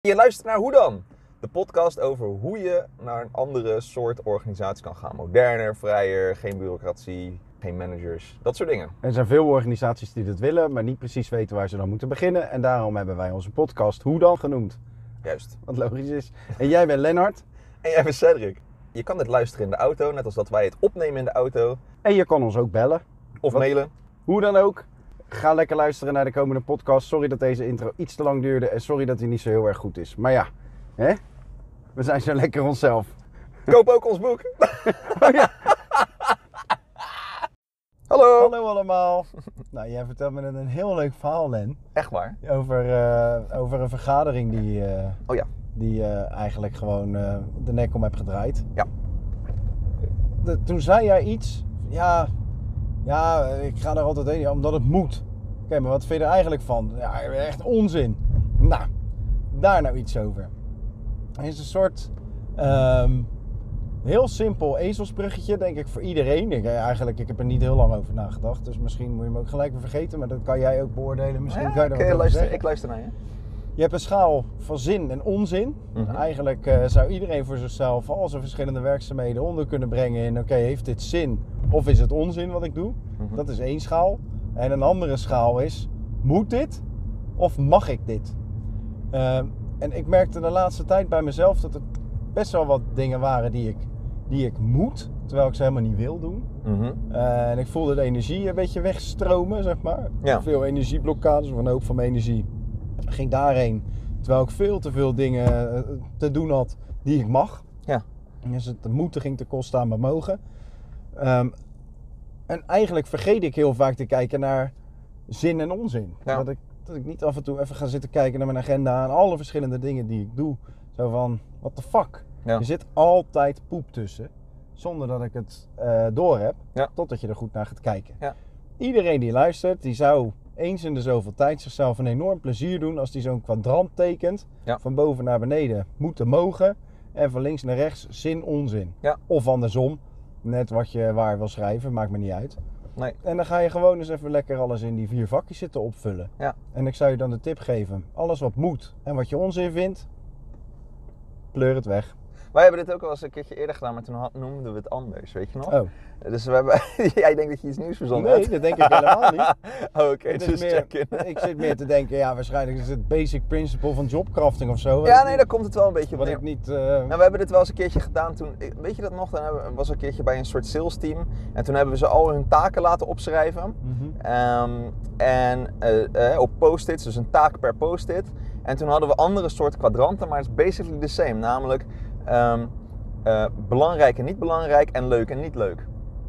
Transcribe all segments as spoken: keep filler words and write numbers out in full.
Je luistert naar Hoe Dan? De podcast over hoe je naar een andere soort organisatie kan gaan. Moderner, vrijer, geen bureaucratie, geen managers, dat soort dingen. Er zijn veel organisaties die dat willen, maar niet precies weten waar ze dan moeten beginnen. En daarom hebben wij onze podcast Hoe Dan genoemd. Juist. Wat logisch is. En jij bent Lennart. En jij bent Cedric. Je kan dit luisteren in de auto, net als dat wij het opnemen in de auto. En je kan ons ook bellen. Of Wat? mailen. Hoe dan ook. Ga lekker luisteren naar de komende podcast. Sorry dat deze intro iets te lang duurde en sorry dat hij niet zo heel erg goed is. Maar ja, hè? We zijn zo lekker onszelf. Koop ook ons boek. Oh ja. Hallo. Hallo allemaal. Nou, jij vertelt me net een heel leuk verhaal, Len. Echt waar? Over, uh, over een vergadering die, uh, Oh ja. die uh, eigenlijk gewoon uh, de nek om hebt gedraaid. Ja. De, toen zei jij iets. Ja, ja, ik ga daar altijd heen, ja, omdat het moet. Oké, okay, maar wat vind je er eigenlijk van? Ja, echt onzin. Nou, daar nou iets over. Het is een soort um, heel simpel ezelsbruggetje, denk ik, voor iedereen. Ik, eigenlijk, ik heb er niet heel lang over nagedacht, dus misschien moet je hem ook gelijk weer vergeten. Maar dat kan jij ook beoordelen. Misschien Ja, kan je er okay, wat over luister, zeggen. ik luister naar je. Je hebt een schaal van zin en onzin. Mm-hmm. Eigenlijk uh, zou iedereen voor zichzelf al zijn verschillende werkzaamheden onder kunnen brengen in... Oké, okay, heeft dit zin of is het onzin wat ik doe? Mm-hmm. Dat is één schaal. En een andere schaal is, moet dit of mag ik dit? Uh, en ik merkte de laatste tijd bij mezelf dat er best wel wat dingen waren die ik, die ik moet, terwijl ik ze helemaal niet wil doen. Mm-hmm. Uh, en ik voelde de energie een beetje wegstromen, zeg maar. Ja. Veel energieblokkades, of een hoop van mijn energie ging daarheen. Terwijl ik veel te veel dingen te doen had die ik mag. Ja. Dus het moeten ging te kosten aan mijn mogen. Um, en eigenlijk vergeet ik heel vaak te kijken naar zin en onzin. Ja. Dat ik, dat ik niet af en toe even ga zitten kijken naar mijn agenda en alle verschillende dingen die ik doe. Zo van, what the fuck? Ja. Er zit altijd poep tussen. Zonder dat ik het uh, door heb. Ja. Totdat je er goed naar gaat kijken. Ja. Iedereen die luistert, die zou eens in de zoveel tijd zichzelf een enorm plezier doen als die zo'n kwadrant tekent. Ja. Van boven naar beneden moeten mogen. En van links naar rechts zin onzin. Ja. Of andersom. Net wat je waar wil schrijven, maakt me niet uit. Nee. En dan ga je gewoon eens even lekker alles in die vier vakjes zitten opvullen. Ja. En ik zou je dan de tip geven. Alles wat moet en wat je onzin vindt, pleur het weg. Wij hebben dit ook al eens een keertje eerder gedaan, maar toen had, noemden we het anders, weet je nog? Oh. Dus we hebben... Jij denkt dat je iets nieuws verzonnen Nee, hebt? dat denk ik helemaal niet. Oh, oké, Het is dus meer- checken. Ik zit meer te denken, ja, waarschijnlijk is het basic principle van jobcrafting of zo. wat Ja, ik nee, niet- daar komt het wel een beetje op Wat neer. ik niet... Uh... Nou, we hebben dit wel eens een keertje gedaan toen... Weet je dat nog? Dan hebben, was een keertje bij een soort sales team. En toen hebben we ze al hun taken laten opschrijven. Mm-hmm. Um, en uh, uh, op post-its, dus een taak per post-it. En toen hadden we andere soort kwadranten, maar het is basically the same. Namelijk um, uh, belangrijk en niet belangrijk en leuk en niet leuk.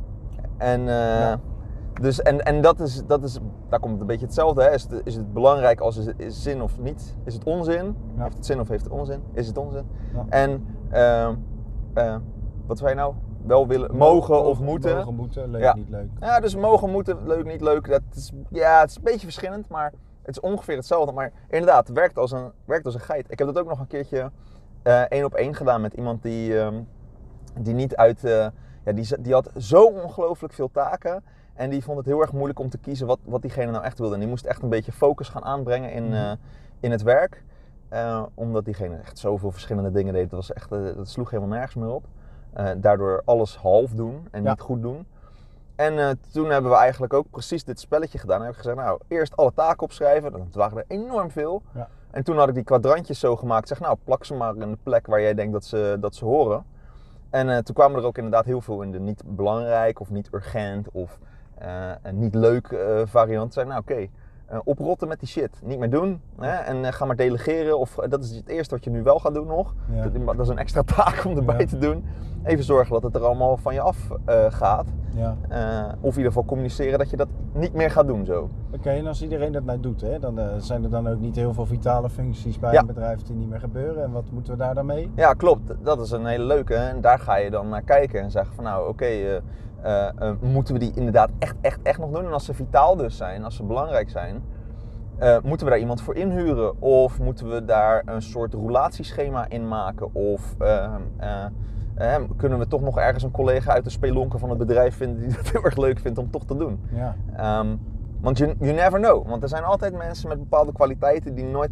En, uh, Ja. dus, en, en dat is, dat is, daar komt het een beetje hetzelfde. Hè? Is, het, is het belangrijk als is het is zin of niet? Is het onzin? Ja. Heeft het zin of heeft het onzin? Is het onzin? Ja. En uh, uh, wat zei je nou? Wel willen, mogen of moeten? Mogen, moeten, leuk, Ja. niet leuk. Ja, dus mogen, moeten, leuk, niet leuk. Dat is, ja, het is een beetje verschillend, maar het is ongeveer hetzelfde. Maar inderdaad, het werkt als een, werkt als een geit. Ik heb dat ook nog een keertje uh, één op één gedaan met iemand die, um, die niet uit... Uh, ja, die, die had zo ongelooflijk veel taken. En die vond het heel erg moeilijk om te kiezen wat, wat diegene nou echt wilde. En die moest echt een beetje focus gaan aanbrengen in, uh, in het werk. Uh, omdat diegene echt zoveel verschillende dingen deed. Dat, was echt, uh, dat sloeg helemaal nergens meer op. Uh, daardoor alles half doen en Ja. niet goed doen. En uh, toen hebben we eigenlijk ook precies dit spelletje gedaan. En heb ik gezegd, nou, eerst alle taken opschrijven. Dat waren er enorm veel. Ja. En toen had ik die kwadrantjes zo gemaakt. Zeg, nou, plak ze maar in de plek waar jij denkt dat ze, dat ze horen. En uh, toen kwamen er ook inderdaad heel veel in de niet belangrijk of niet urgent of uh, een niet leuk uh, variant. Zei, nou oké, okay, uh, oprotten met die shit. Niet meer doen. Hè? En uh, ga maar delegeren. Of uh, dat is het eerste wat je nu wel gaat doen nog. Ja. Dat, dat is een extra taak om erbij Ja. te doen. Even zorgen dat het er allemaal van je af uh, gaat. Ja. Uh, of in ieder geval communiceren dat je dat niet meer gaat doen zo. Oké, okay, en als iedereen dat nou doet, hè, dan uh, zijn er dan ook niet heel veel vitale functies bij Ja. een bedrijf die niet meer gebeuren. En wat moeten we daar dan mee? Ja, klopt. Dat is een hele leuke. En daar ga je dan naar kijken en zeggen van nou oké, okay, uh, uh, uh, moeten we die inderdaad echt, echt, echt nog doen? En als ze vitaal dus zijn, als ze belangrijk zijn, uh, moeten we daar iemand voor inhuren? Of moeten we daar een soort roulatieschema in maken? Of uh, uh, uh, kunnen we toch nog ergens een collega uit de spelonken van het bedrijf vinden die dat heel erg leuk vindt om toch te doen? Ja. Um, want you, you never know. Want er zijn altijd mensen met bepaalde kwaliteiten die nooit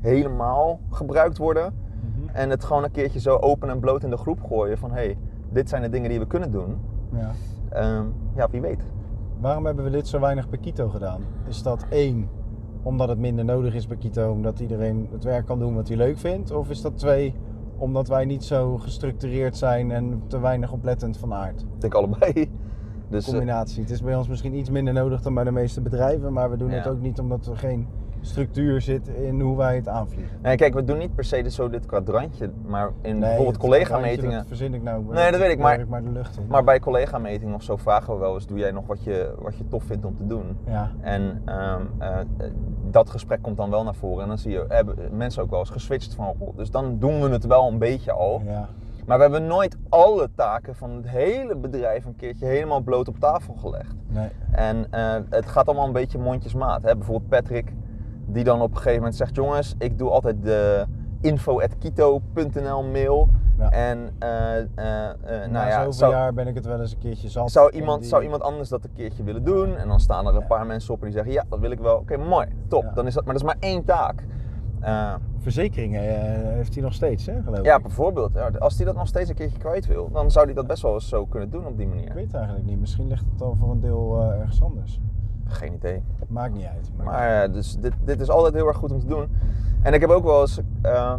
helemaal gebruikt worden. Mm-hmm. En het gewoon een keertje zo open en bloot in de groep gooien van hé, hey, dit zijn de dingen die we kunnen doen. Ja. Um, ja, wie weet. Waarom hebben we dit zo weinig bij Kito gedaan? Is dat één, omdat het minder nodig is bij Kito, omdat iedereen het werk kan doen wat hij leuk vindt? Of is dat twee, omdat wij niet zo gestructureerd zijn en te weinig oplettend van aard? Ik denk allebei. Dus, Combinatie. Het is bij ons misschien iets minder nodig dan bij de meeste bedrijven, maar we doen Ja. het ook niet omdat er geen structuur zit in hoe wij het aanvliegen. Nee, kijk, we doen niet per se zo dit kwadrantje, maar in Nee, bijvoorbeeld het collega-metingen. Dat verzin ik nou. Nee, dat weet ik, maar- ik maar de lucht in. Maar bij collega-metingen of zo vragen we wel eens, doe jij nog wat je, wat je tof vindt om te doen? Ja. En um, uh, dat gesprek komt dan wel naar voren en dan zie je, hebben mensen ook wel eens geswitcht van rol. Dus dan doen we het wel een beetje al. Ja. Maar we hebben nooit alle taken van het hele bedrijf een keertje helemaal bloot op tafel gelegd. Nee. En uh, het gaat allemaal een beetje mondjesmaat. Hè? Bijvoorbeeld Patrick, die dan op een gegeven moment zegt, jongens, ik doe altijd de info at kito punt n l mail. Ja. En uh, uh, uh, nou Na ja, zoveel zou, jaar ben ik het wel eens een keertje zat. zou, En iemand, die- zou iemand anders dat een keertje willen doen? En dan staan er een Ja. paar mensen op en die zeggen, ja, dat wil ik wel. Oké, okay, mooi, top. Ja. Dan is dat, maar dat is maar één taak. Uh, Verzekeringen eh, heeft hij nog steeds, hè, geloof ja, ik. bijvoorbeeld. Ja, als hij dat nog steeds een keertje kwijt wil, dan zou hij dat best wel eens zo kunnen doen op die Ik manier. weet het eigenlijk niet. Misschien ligt het al voor een deel uh, ergens anders. Geen idee. Maakt niet uit. Maakt Maar uh, dus dit, dit is altijd heel erg goed om te doen. En ik heb ook wel eens... Um,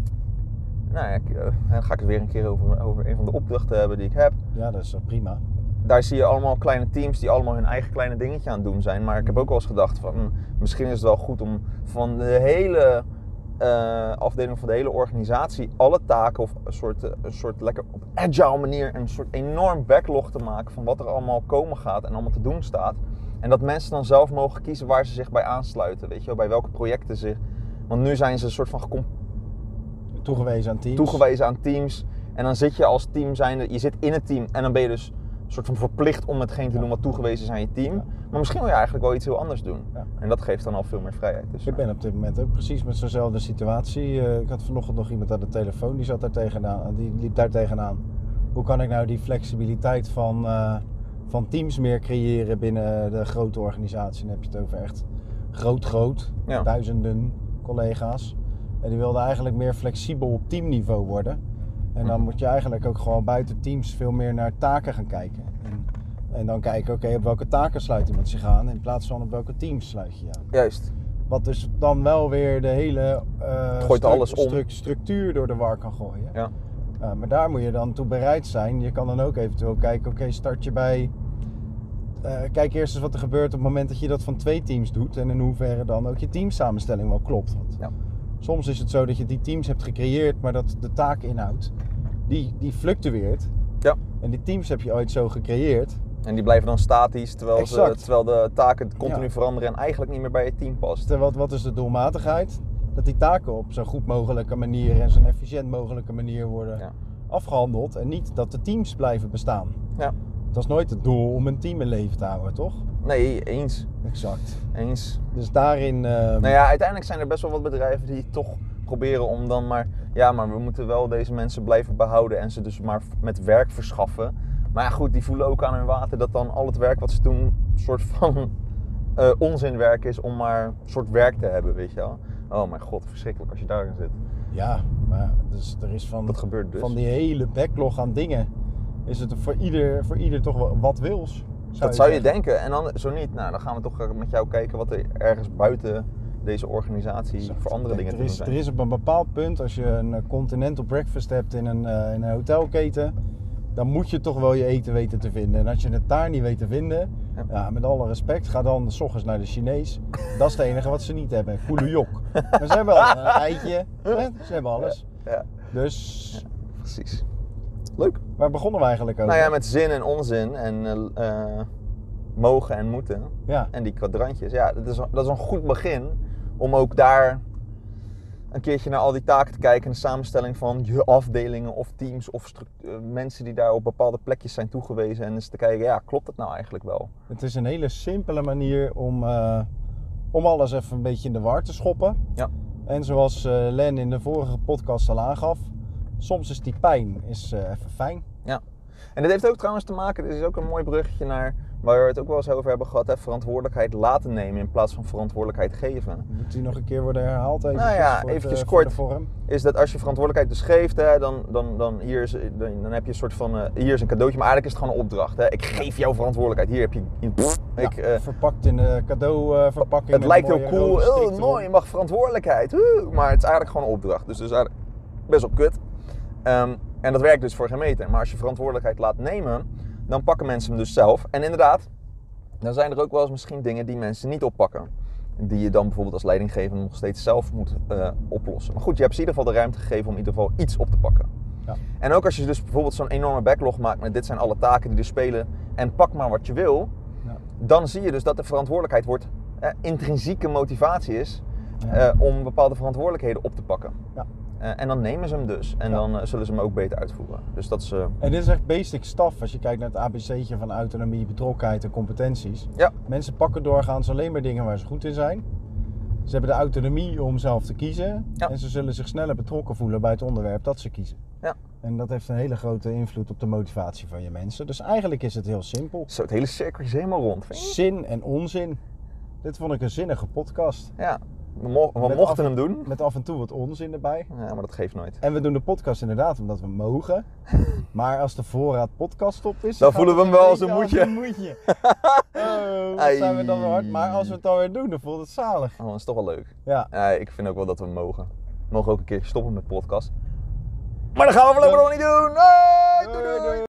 nou ja, ik, uh, dan ga ik het weer een keer over, over een van de opdrachten hebben die ik heb. Ja, dat is uh, prima. Daar zie je allemaal kleine teams die allemaal hun eigen kleine dingetje aan het doen zijn. Maar ik heb ook wel eens gedacht van... Hm, misschien is het wel goed om van de hele uh, afdeling van de hele organisatie... alle taken of een soort, uh, een soort lekker op agile manier... een soort enorm backlog te maken van wat er allemaal komen gaat en allemaal te doen staat. En dat mensen dan zelf mogen kiezen waar ze zich bij aansluiten. Weet je wel, bij welke projecten zich... Want nu zijn ze een soort van gecom- Toegewezen aan teams. toegewezen aan teams. En dan zit je als team zijnde, je zit in het team en dan ben je dus een soort van verplicht om hetgeen te Ja. doen wat toegewezen is aan je team. Ja. Maar misschien wil je eigenlijk wel iets heel anders doen. Ja. En dat geeft dan al veel meer vrijheid. Dus, Ik ben op dit moment ook precies met zo'nzelfde situatie. Uh, ik had vanochtend nog iemand aan de telefoon, die zat daar tegenaan, die liep daar tegenaan. Hoe kan ik nou die flexibiliteit van, uh, van teams meer creëren binnen de grote organisatie? Dan heb je het over echt groot, groot. Ja. Duizenden collega's. En die wilden eigenlijk meer flexibel op teamniveau worden. En dan moet je eigenlijk ook gewoon buiten teams veel meer naar taken gaan kijken. En, en dan kijken, oké, okay, op welke taken sluit iemand zich aan in plaats van op welke teams sluit je je aan. Juist. Wat dus dan wel weer de hele uh, Gooit alles om. stru- structuur door de war kan gooien. Ja. Uh, maar daar moet je dan toe bereid zijn. Je kan dan ook eventueel kijken, oké, okay, start je bij... Uh, kijk eerst eens wat er gebeurt op het moment dat je dat van twee teams doet. En in hoeverre dan ook je teamsamenstelling wel klopt. Want Ja. soms is het zo dat je die teams hebt gecreëerd, maar dat de taakinhoud, die, die fluctueert. Ja. En die teams heb je ooit zo gecreëerd. En die blijven dan statisch, terwijl, ze, Exact. terwijl de taken continu Ja. veranderen en eigenlijk niet meer bij je team past. Terwijl, wat is de doelmatigheid? Dat die taken op zo goed mogelijke manier en zo efficiënt mogelijke manier worden Ja. afgehandeld. En niet dat de teams blijven bestaan. Ja. Dat is nooit het doel om een team in leven te houden, toch? Nee, eens. Exact. Eens. Dus daarin... Uh, Nou ja, uiteindelijk zijn er best wel wat bedrijven die toch proberen om dan maar... Ja, maar we moeten wel deze mensen blijven behouden en ze dus maar met werk verschaffen. Maar ja, goed, die voelen ook aan hun water dat dan al het werk wat ze doen... een soort van uh, onzinwerk is om maar een soort werk te hebben, weet je wel. Oh mijn god, verschrikkelijk als je daarin zit. Ja, maar dus er is van, Dat gebeurt dus. van die hele backlog aan dingen... is het voor ieder, voor ieder toch wel wat wils. Zou Dat je zou je zeggen. denken. En dan, zo niet, nou, dan gaan we toch met jou kijken wat er ergens buiten deze organisatie Exact. voor andere Kijk, dingen te er doen is, zijn. er is op een bepaald punt, als je een eh, continental breakfast hebt in een, uh, in een hotelketen, dan moet je toch wel je eten weten te vinden. En als je het daar niet weet te vinden, Ja. ja, met alle respect, ga dan 's ochtends naar de Chinees. Dat is het enige wat ze niet hebben, koelejok. Maar ze hebben al een eitje, hè? Ze hebben alles. Ja, Dus, ja, precies. Leuk. waar begonnen we eigenlijk over? Nou ja, met zin en onzin en uh, mogen en moeten. Ja. En die kwadrantjes. Ja, dat is, dat is een goed begin om ook daar een keertje naar al die taken te kijken. En de samenstelling van je afdelingen of teams of uh, mensen die daar op bepaalde plekjes zijn toegewezen. En eens te kijken, ja, klopt dat nou eigenlijk wel? Het is een hele simpele manier om, uh, om alles even een beetje in de war te schoppen. Ja. En zoals uh, Len in de vorige podcast al aangaf, soms is die pijn is, uh, even fijn. Ja. En dit heeft ook trouwens te maken, dit is ook een mooi bruggetje naar waar we het ook wel eens over hebben gehad, hè, verantwoordelijkheid laten nemen in plaats van verantwoordelijkheid geven. Moet die nog een keer worden herhaald? Eventjes, Nou ja, voor het, eventjes uh, kort. voor de vorm. Is dat als je verantwoordelijkheid dus geeft, hè, dan, dan, dan, hier is, dan, dan heb je een soort van, uh, hier is een cadeautje, maar eigenlijk is het gewoon een opdracht. Hè. Ik geef jou verantwoordelijkheid, hier heb je, pff, Ja, ik, uh, verpakt in de cadeauverpakking. het met lijkt een heel mooie cool, rode strik oh, erop. mooi, je mag verantwoordelijkheid, woe, maar het is eigenlijk gewoon een opdracht. Dus het is eigenlijk best wel kut. Um, en dat werkt dus voor geen meter. Maar als je verantwoordelijkheid laat nemen, dan pakken mensen hem dus zelf. En inderdaad, dan zijn er ook wel eens misschien dingen die mensen niet oppakken. Die je dan bijvoorbeeld als leidinggevende nog steeds zelf moet uh, oplossen. Maar goed, je hebt ze in ieder geval de ruimte gegeven om in ieder geval iets op te pakken. Ja. En ook als je dus bijvoorbeeld zo'n enorme backlog maakt met dit zijn alle taken die er spelen en pak maar wat je wil. Ja. Dan zie je dus dat de verantwoordelijkheid wordt, eh, intrinsieke motivatie is Ja. uh, om bepaalde verantwoordelijkheden op te pakken. Ja. Uh, en dan nemen ze hem dus. En Ja. dan uh, zullen ze hem ook beter uitvoeren. Dus dat is... Uh... En dit is echt basic stuff als je kijkt naar het A B C'tje van autonomie, betrokkenheid en competenties. Ja. Mensen pakken doorgaans alleen maar dingen waar ze goed in zijn. Ze hebben de autonomie om zelf te kiezen. Ja. En ze zullen zich sneller betrokken voelen bij het onderwerp dat ze kiezen. Ja. En dat heeft een hele grote invloed op de motivatie van je mensen. Dus eigenlijk is het heel simpel. Zo, het hele cirkel is helemaal rond. Vind je? Zin en onzin. Dit vond ik een zinnige podcast. Ja, we, mo- we Met mochten af- hem doen. Met af en toe wat onzin erbij. Ja, maar dat geeft nooit. En we doen de podcast inderdaad omdat we mogen. Maar als de voorraad podcast op is... Dan gaat voelen we het hem wel een als een beetje moedje. moedje. Oh, wat zijn we dan weer hard. Maar als we het dan weer doen, dan voelt het zalig. Oh, dat is toch wel leuk. Ja. Ja, ik vind ook wel dat we mogen. We mogen ook een keer stoppen met podcast. Maar dat gaan we voorlopig nog niet doen. Hey, doei, doei.